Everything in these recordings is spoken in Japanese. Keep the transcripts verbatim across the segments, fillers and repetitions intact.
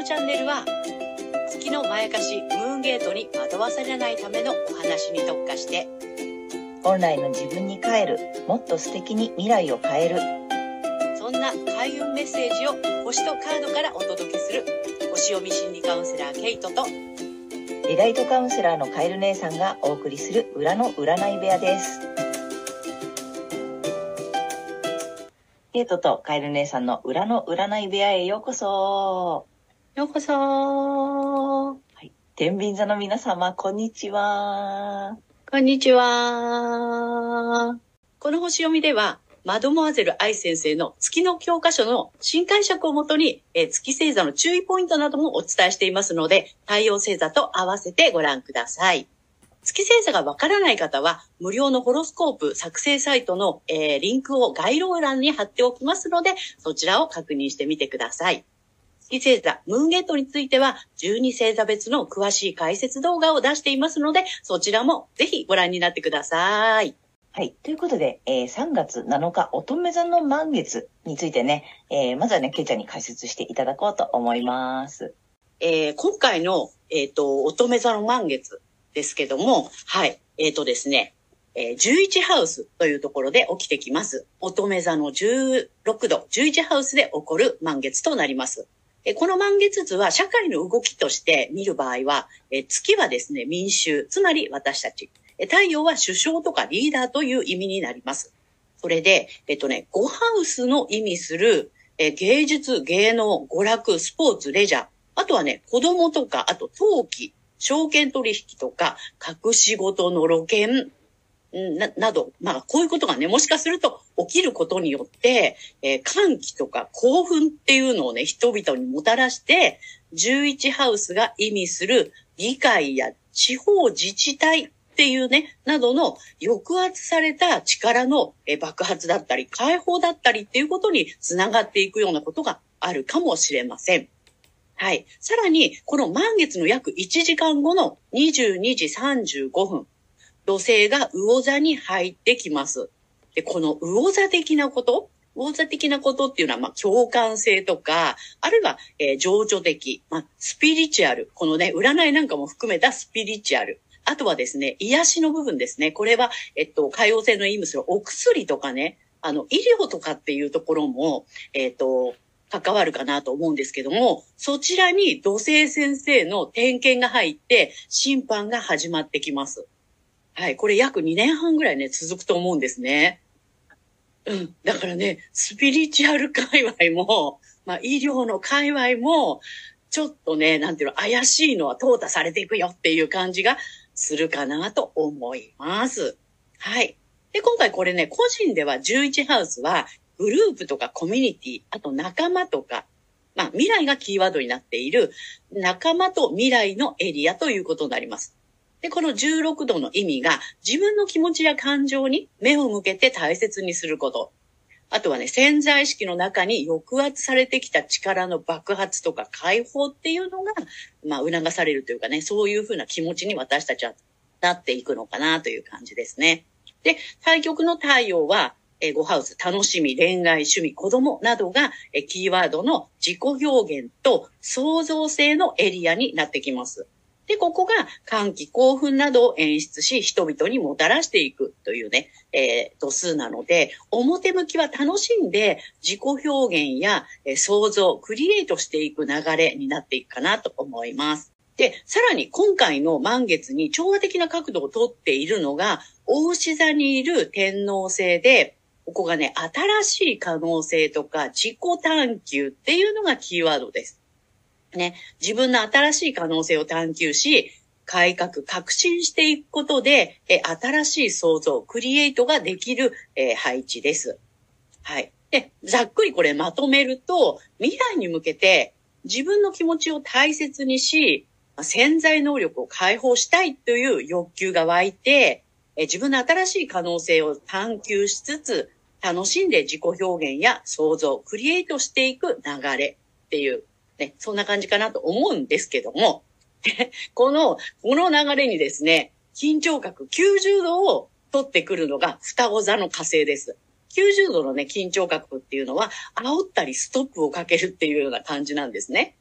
チャンネルは月のまやかしムーンゲートに惑わされないためのお話に特化して本来の自分に帰る、もっと素敵に未来を変える、 そんな開運メッセージを星とカードからお届けする星読み心理カウンセラーケイトとリライトカウンセラーのカエル姉さんがお送りする裏の占い部屋です。ケイトとカエル姉さんの裏の占い部屋へようこそ。 ようこそ。はい、天秤座の皆様、こんにちは。 こんにちは。この星読みでは、マドモアゼル愛先生の月の教科書の新解釈をもとに、えー、月星座の注意ポイントなどもお伝えしていますので、太陽星座と合わせてご覧ください。月星座がわからない方は、無料のホロスコープ作成サイトの、えー、リンクを概要欄に貼っておきますので、そちらを確認してみてください。月星座、ムーンゲートについては、じゅうに星座別の詳しい解説動画を出していますので、そちらもぜひご覧になってください。 はい。ということで、えー、さんがつなのか乙女座の満月についてね、えー、まずはね、ケイちゃんに解説していただこうと思います。 えー、今回の、えっと、乙女座の満月ですけども、はい。えっとですね、えー、じゅういちハウスというところで起きてきます。乙女座のじゅうろくど、じゅういちハウスで起こる満月となります。えー、この満月図は社会の動きとして見る場合は、えー、月はですね、民衆、つまり私たち。太陽は首相とかリーダーという意味になります。それで、えっとね、ごハウスの意味する、え芸術、芸能、娯楽、スポーツ、レジャー、あとはね、子供とか、あと登記、証券取引とか、隠し事の露見な、など、まあ、こういうことがね、もしかすると起きることによって、えー、歓喜とか興奮っていうのをね、人々にもたらして、じゅういちハウスが意味する議会や地方自治体っていうね、などの抑圧された力の爆発だったり、解放だったりっていうことにつながっていくようなことがあるかもしれません。はい。さらに、この満月の約いちじかんごのにじゅうにじさんじゅうごふん、土星が魚座に入ってきます。で、この魚座的なこと、魚座的なことっていうのは、まあ、共感性とか、あるいは、えー、情緒的、まあ、スピリチュアル、このね、占いなんかも含めたスピリチュアル。あとはですね、癒しの部分ですね。これは、えっと、海王星の意味するお薬とかね、あの、医療とかっていうところも、えっと、関わるかなと思うんですけども、そちらに土星先生の点検が入って、審判が始まってきます。はい、これ約にねんはんぐらいね、続くと思うんですね。うん。だからね、スピリチュアル界隈も、まあ、医療の界隈も、ちょっとね、なんていうの、怪しいのは淘汰されていくよっていう感じがするかなと思います。はい。で、今回これね、個人ではじゅういちハウスは、グループとかコミュニティ、あと仲間とか、まあ未来がキーワードになっている仲間と未来のエリアということになります。で、このじゅうろくどの意味が自分の気持ちや感情に目を向けて大切にすること。あとはね、潜在意識の中に抑圧されてきた力の爆発とか解放っていうのが、まあ促されるというかね、そういうふうな気持ちに私たちはなっていくのかなという感じですね。で、対極の太陽は、えー、ごハウス、楽しみ、恋愛、趣味、子供などが、えー、キーワードの自己表現と創造性のエリアになってきます。で、ここが歓喜、興奮などを演出し、人々にもたらしていくというね、えー、度数なので、表向きは楽しんで自己表現や、えー、創造、クリエイトしていく流れになっていくかなと思います。で、さらに今回の満月に調和的な角度をとっているのが、牡牛座にいる天王星で、ここがね、新しい可能性とか自己探求っていうのがキーワードです。ね、自分の新しい可能性を探求し、改革、革新していくことで、え新しい創造、クリエイトができる、えー、配置です。はい。で、ざっくりこれまとめると、未来に向けて自分の気持ちを大切にし、潜在能力を解放したいという欲求が湧いて、え自分の新しい可能性を探求しつつ、楽しんで自己表現や創造、クリエイトしていく流れっていう、ね、そんな感じかなと思うんですけども、この、この流れにですね、緊張角きゅうじゅうどを取ってくるのが双子座の火星です。きゅうじゅうどのね、緊張角っていうのは、煽ったりストップをかけるっていうような感じなんですね。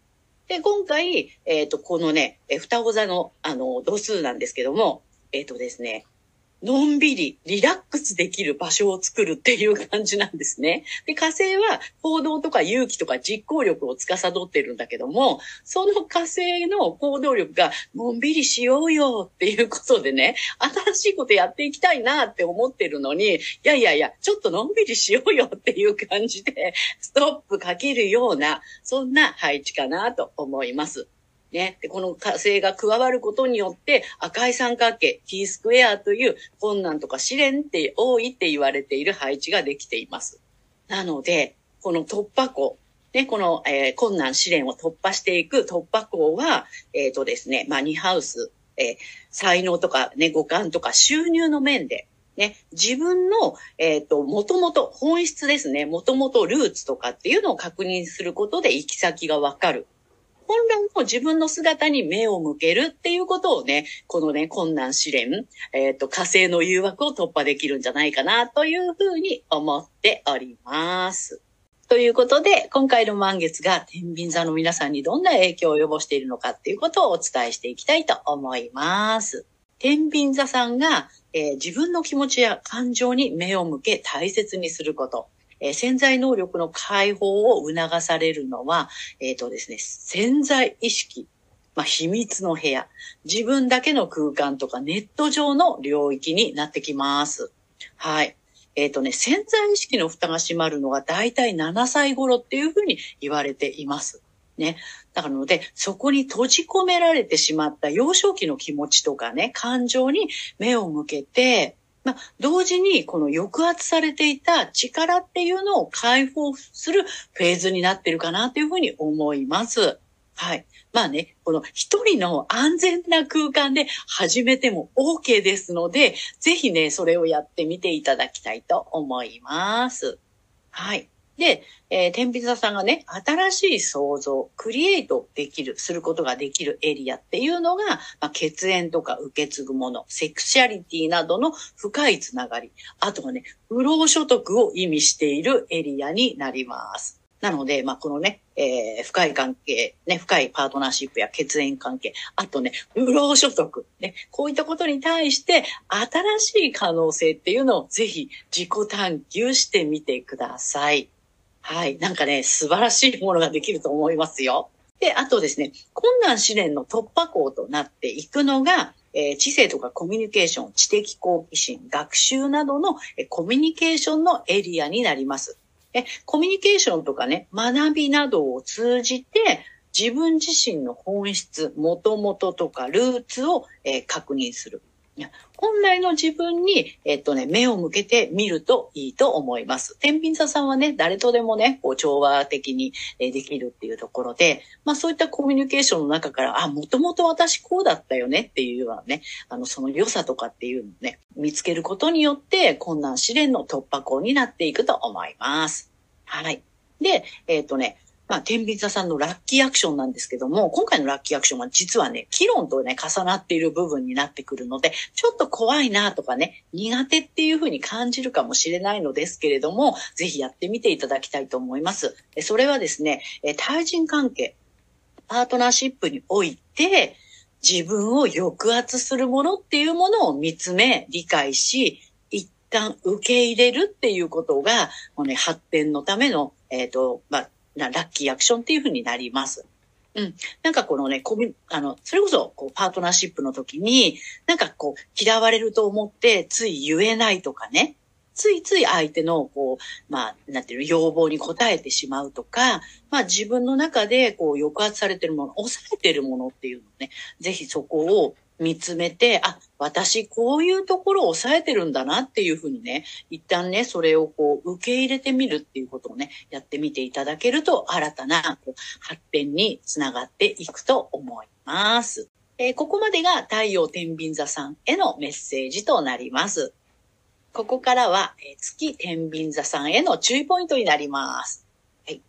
で、今回、えっと、このね、え双子座の、あの、度数なんですけども、えっとですね、のんびり、リラックスできる場所を作るっていう感じなんですね。で、火星は行動とか勇気とか実行力を司ってるんだけども、その火星の行動力が、のんびりしようよっていうことでね、新しいことやっていきたいなって思ってるのに、いやいやいや、ちょっとのんびりしようよっていう感じで、ストップかけるような、そんな配置かなと思います。ね。で、この火星が加わることによって、赤い三角形、T スクエアという困難とか試練って多いって言われている配置ができています。なので、この突破口、ね、この、えー、困難試練を突破していく突破口は、えっとですね、まあ、にハウス、えー、才能とかね、五感とか収入の面で、ね、自分の、えっと、もともと本質ですね、もともとルーツとかっていうのを確認することで行き先がわかる。本来の自分の姿に目を向けるっていうことをね、このね、困難試練、えっと、火星の誘惑を突破できるんじゃないかなというふうに思っております。ということで、今回の満月が天秤座の皆さんにどんな影響を及ぼしているのかっていうことをお伝えしていきたいと思います。天秤座さんが、えー、自分の気持ちや感情に目を向け大切にすること。えー、潜在能力の解放を促されるのは、えっとですね、潜在意識、まあ、秘密の部屋、自分だけの空間とかネット上の領域になってきます。はい。えっとね、潜在意識の蓋が閉まるのがだいたいななさい頃っていうふうに言われています。ね。だからので、そこに閉じ込められてしまった幼少期の気持ちとかね、感情に目を向けて、まあ、同時にこの抑圧されていた力っていうのを解放するフェーズになってるかなというふうに思います。はい。まあね、この一人の安全な空間で始めても OK ですので、ぜひね、それをやってみていただきたいと思います。はい。で、えー、天秤座さんがね、新しい創造、クリエイトできる、することができるエリアっていうのが、まあ、血縁とか受け継ぐもの、セクシャリティなどの深いつながり、あとはね、不労所得を意味しているエリアになります。なので、まあ、このね、えー、深い関係、ね、深いパートナーシップや血縁関係、あとね、不労所得、ね、こういったことに対して、新しい可能性っていうのをぜひ自己探求してみてください。はい。なんかね、素晴らしいものができると思いますよ。で、あとですね、困難試練の突破口となっていくのが、えー、知性とかコミュニケーション、知的好奇心、学習などの、えー、コミュニケーションのエリアになります。え、コミュニケーションとかね、学びなどを通じて、自分自身の本質、元々とかルーツを、えー、確認する。本来の自分に、えっとね、目を向けてみるといいと思います。天秤座さんはね、誰とでもね、こう調和的にできるっていうところで、まあそういったコミュニケーションの中から、あ、もともと私こうだったよねっていうようなね、あの、その良さとかっていうのをね、見つけることによって、困難試練の突破口になっていくと思います。はい。で、えっとね、まあ、天秤座さんのラッキーアクションなんですけども、今回のラッキーアクションは実はね、気論とね、重なっている部分になってくるので、ちょっと怖いなとかね、苦手っていう風に感じるかもしれないのですけれども、ぜひやってみていただきたいと思います。それはですね、対人関係、パートナーシップにおいて、自分を抑圧するものっていうものを見つめ、理解し、一旦受け入れるっていうことが、もうね、発展のための、えっと、まあ、ラッキーアクションっていう風になります。うん。なんかこのね、コミあの、それこそ、こう、パートナーシップの時に、なんかこう、嫌われると思って、つい言えないとかね、ついつい相手の、こう、まあ、なんていうの、要望に応えてしまうとか、まあ自分の中で、こう、抑圧されてるもの、抑えてるものっていうのね、ぜひそこを見つめて、あ、私こういうところを抑えてるんだなっていうふうにね、一旦ね、それをこう受け入れてみるっていうことをね、やってみていただけると新たなこう発展につながっていくと思います。えー、ここまでが太陽天秤座さんへのメッセージとなります。ここからは、えー、月天秤座さんへの注意ポイントになります。はい。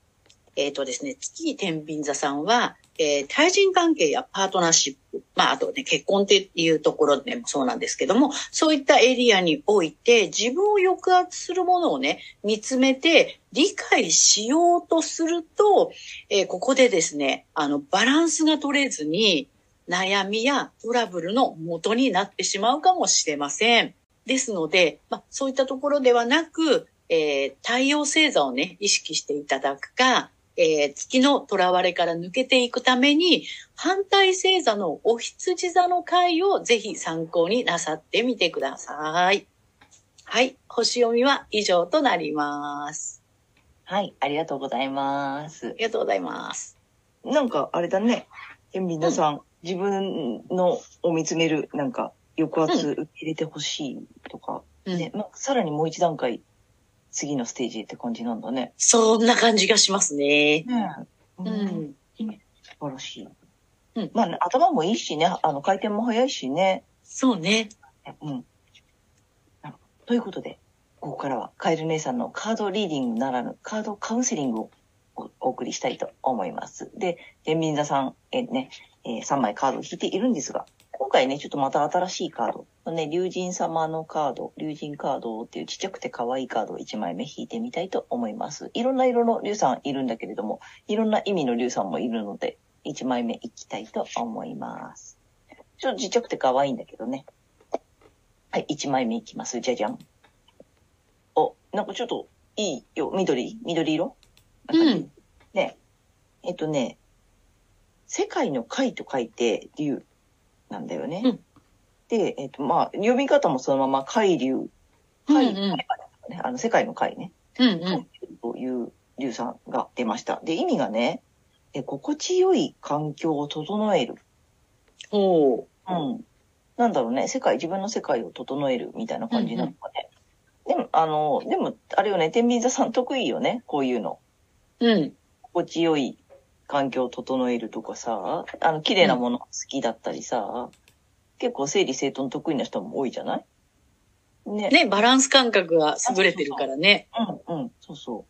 えっ、とですね、月天秤座さんは、えー対人関係やパートナーシップ、まあ、あとね、結婚っていうところでもそうなんですけども、そういったエリアにおいて、自分を抑圧するものをね、見つめて、理解しようとすると、えーここでですね、あの、バランスが取れずに、悩みやトラブルの元になってしまうかもしれません。ですので、まあ、そういったところではなく、えー太陽星座をね、意識していただくか、えー月の囚われから抜けていくために、反対星座のお羊座の回をぜひ参考になさってみてください。はい。星読みは以上となります。 はい、ありがとうございますあ。りがとうございます。 なんか、あれだね。天秤座さん、うん、自分のを見つめる、なんか、抑圧受け入れてほしいとか、うん、ね、まあ、さらにもう一段階、次のステージって感じなんだね。 そんな感じがしますね。 ねえ。うん。うん、素晴らしい。うん。まあ、ね、頭もいいしね、あの、回転も早いしね。 そうね。 うん。ということで、ここからはカエル姉さんのカードリーディングならぬカードカウンセリングをお送りしたいと思います。で、天秤座さん、えね、えー、さんまいカードを引いているんですが、今回ね、ちょっとまた新しいカード、ね、竜神様のカード、竜神カードっていうちっちゃくて可愛いカードをいちまいめ引いてみたいと思います。いろんな色の竜さんいるんだけれども、いろんな意味の竜さんもいるので、いちまいめいきたいと思います。ちょっとちっちゃくて可愛いんだけどね。はい、いちまいめいきます。じゃじゃん。お、なんかちょっといいよ。緑緑色うん。 ね。えっとね、世界の海と書いて竜なんだよね。うん、で、えっと、まあ、読み方もそのまま海竜。海、うんうん、ね、あの、世界の海ね。 うんうん。 という竜さんが出ました。で、意味がね、え心地よい環境を整える。 おー。 うん。なんだろうね、世界、自分の世界を整えるみたいな感じなのかね。うんうん、でも、あの、でも、あれよね、天秤座さん得意よね、こういうの。 うん。 心地よい環境を整えるとかさ、あの、綺麗なものが好きだったりさ、うん、結構整理整頓得意な人も多いじゃないね。ね、バランス感覚が優れてるからね。 そうそうそう。うん、うん、そうそう。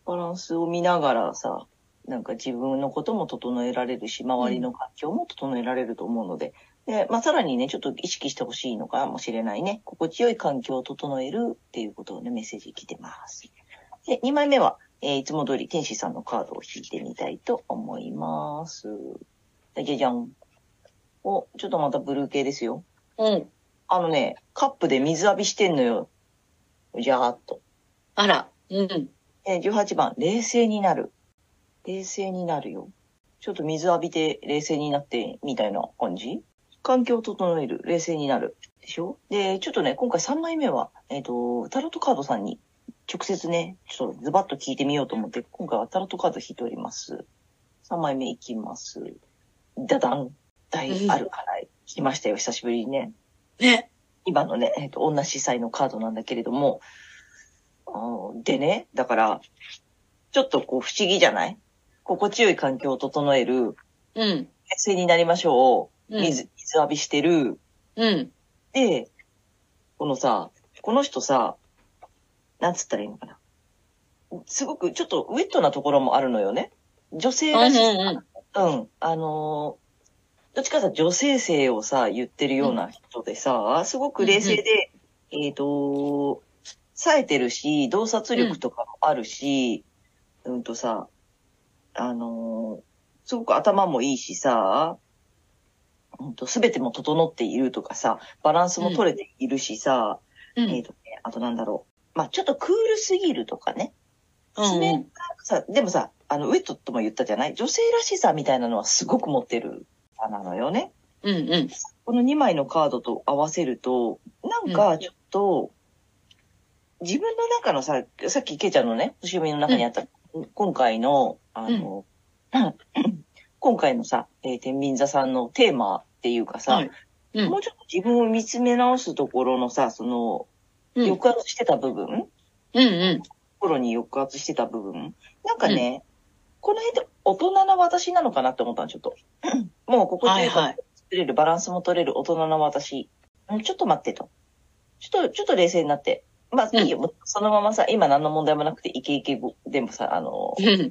バランスを見ながらさ、なんか自分のことも整えられるし、周りの環境も整えられると思うので、うん、で、まあ、さらにね、ちょっと意識してほしいのかもしれないね。心地よい環境を整えるっていうことをね、メッセージ来てます。で、にまいめは、えー、いつも通り天使さんのカードを引いてみたいと思います。じゃじゃん。お、ちょっとまたブルー系ですよ。 うん。 あのね、カップで水浴びしてんのよ。じゃーっと。 あら。うん。 えー、じゅうはちばん、冷静になる。冷静になるよ。ちょっと水浴びて冷静になってみたいな感じ？環境を整える。冷静になる。でしょ？で、ちょっとね、今回さんまいめは、えっと、タロットカードさんに直接ね、ちょっとズバッと聞いてみようと思って、今回はタロットカード引いております。さんまいめいきます。ダダン。大アルカナイ。来ましたよ、久しぶりにね。 ね。 今のね、えっと、女司祭のカードなんだけれども、でね、だから、ちょっとこう不思議じゃない？心地よい環境を整える。 うん。 冷静になりましょう。水、うん、水浴びしてる。 うん。 で、このさ、この人さ、なんつったらいいのかな。すごくちょっとウェットなところもあるのよね。女性らしさ。うん、うんうん。あのー、どっちかさ、女性性をさ、言ってるような人でさ、うん、すごく冷静で、うんうん、えっと、冴えてるし、洞察力とかもあるし、うん、うんとさ、あのー、すごく頭もいいしさ、うんと、すべても整っているとかさ、バランスも取れているしさ、うん、えっとね、あとなんだろう。まあ、ちょっとクールすぎるとかね。冷たくさ、でもさ、あの、ウェットとも言ったじゃない？女性らしさみたいなのはすごく持ってるなのよね。 うんうん。 このにまいのカードと合わせると、なんかちょっと、うん、自分の中のさ、さっきケイちゃんのね、星読みの中にあった、うん、今回の、あの、うん、今回のさ、えー、天秤座さんのテーマっていうかさ、はいうん、もうちょっと自分を見つめ直すところのさ、その、抑圧してた部分、 うんうん、 心に抑圧してた部分、なんかね、うん、この辺で大人な私なのかなって思ったの、ちょっと。もう心地よいから作れる、バランスも取れる大人な私。ちょっと待ってと。ちょっと、ちょっと冷静になって。まあ、いいよ。うん、そのままさ、今何の問題もなくて、イケイケでもさ、あの、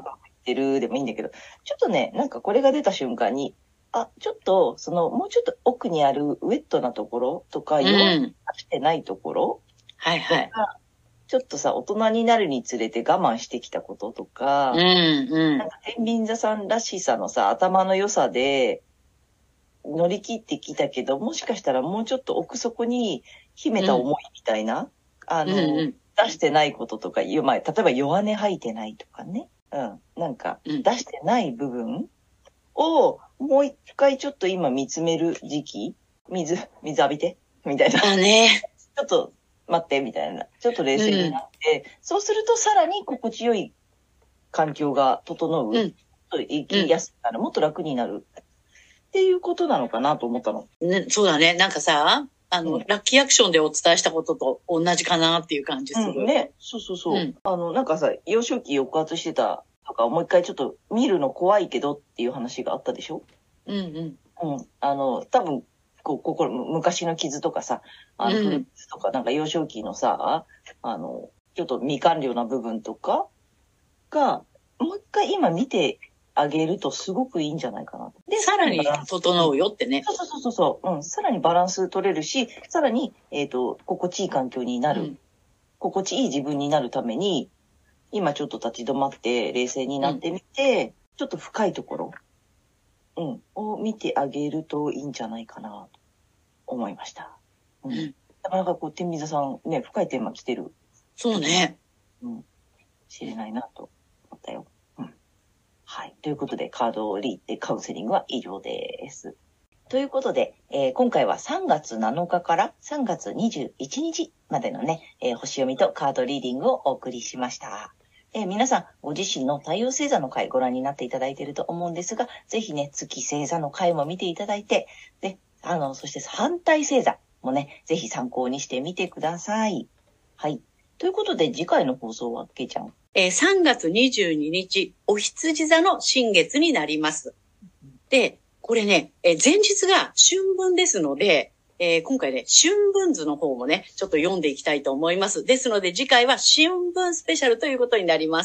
ってるでもいいんだけど、ちょっとね、なんかこれが出た瞬間に、あ、ちょっと、その、もうちょっと奥にあるウェットなところとか、 うん弱くしてないところはいはい。 ちょっとさ、大人になるにつれて我慢してきたこととか、 うんうんなんか天秤座さんらしさのさ、頭の良さで乗り切ってきたけど、もしかしたらもうちょっと奥底に秘めた思いみたいな、あの、 うんうん出してないこととか、いうまあ、例えば弱音吐いてないとかね。うん。なんか、 うん出してない部分を、もう一回ちょっと今見つめる時期水、水浴びてみたいな。 だね。 ちょっと待って、みたいな。ちょっと冷静になって、うん、そうするとさらに心地よい環境が整う。うん、生きやすくなる、もっと楽になる。っていうことなのかなと思ったの。 ね、そうだね。なんかさ、あの、うん、ラッキーアクションでお伝えしたことと同じかなっていう感じする。 うん、ね。そうそうそう。うん、あの、なんかさ、幼少期抑圧してたとか、もう一回ちょっと見るの怖いけどっていう話があったでしょ？ うんうん。 うん。あの、多分、こう、ここ、昔の傷とかさ、あの、古傷とか、なんか幼少期のさ、あの、ちょっと未完了な部分とかが、もう一回今見てあげるとすごくいいんじゃないかな。 で、さらに整うよってね。 そうそうそうそう。うん。さらにバランス取れるし、さらに、えっと、心地いい環境になる、うん。心地いい自分になるために、今ちょっと立ち止まって冷静になってみて、うん、ちょっと深いところ、うん、を見てあげるといいんじゃないかなと思いました。うん。うん、なかなかこう、天秤座さんね、深いテーマ来てる。 そうね。 うん。知れないなと思ったよ。はい。ということで、カードをリーってカウンセリングは以上です。ということで、えー、今回はさんがつなのかからさんがつにじゅういちにちまでのね、えー、星読みとカードリーディングをお送りしました。えー、皆さん、ご自身の太陽星座の回ご覧になっていただいていると思うんですが、ぜひね、月星座の回も見ていただいて、で、あの、そして反対星座もね、ぜひ参考にしてみてください。はい。ということで、次回の放送は、けいちゃん。 えー、さんがつにじゅうににち、お羊座の新月になります。で、これね、えー、前日が春分ですので、えー、今回ね、春分図の方もね、ちょっと読んでいきたいと思います。ですので、次回は春分スペシャルということになります。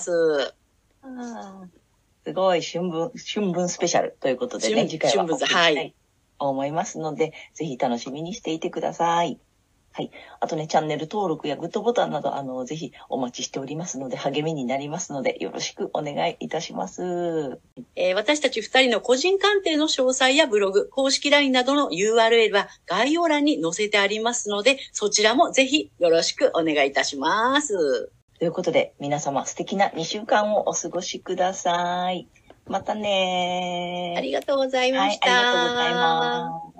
あすごい、春分、春分スペシャルということでね、次回は春分図、はい。 思いますので、ぜひ楽しみにしていてください。はい。あとね、チャンネル登録やグッドボタンなど、あの、ぜひお待ちしておりますので、励みになりますので、よろしくお願いいたします。 えー、私たち二人の個人鑑定の詳細やブログ、公式 ライン などの ユーアールエル は概要欄に載せてありますので、そちらもぜひよろしくお願いいたします。 ということで、皆様素敵なにしゅうかんをお過ごしください。またねー。 ありがとうございました。 はい、ありがとうございます。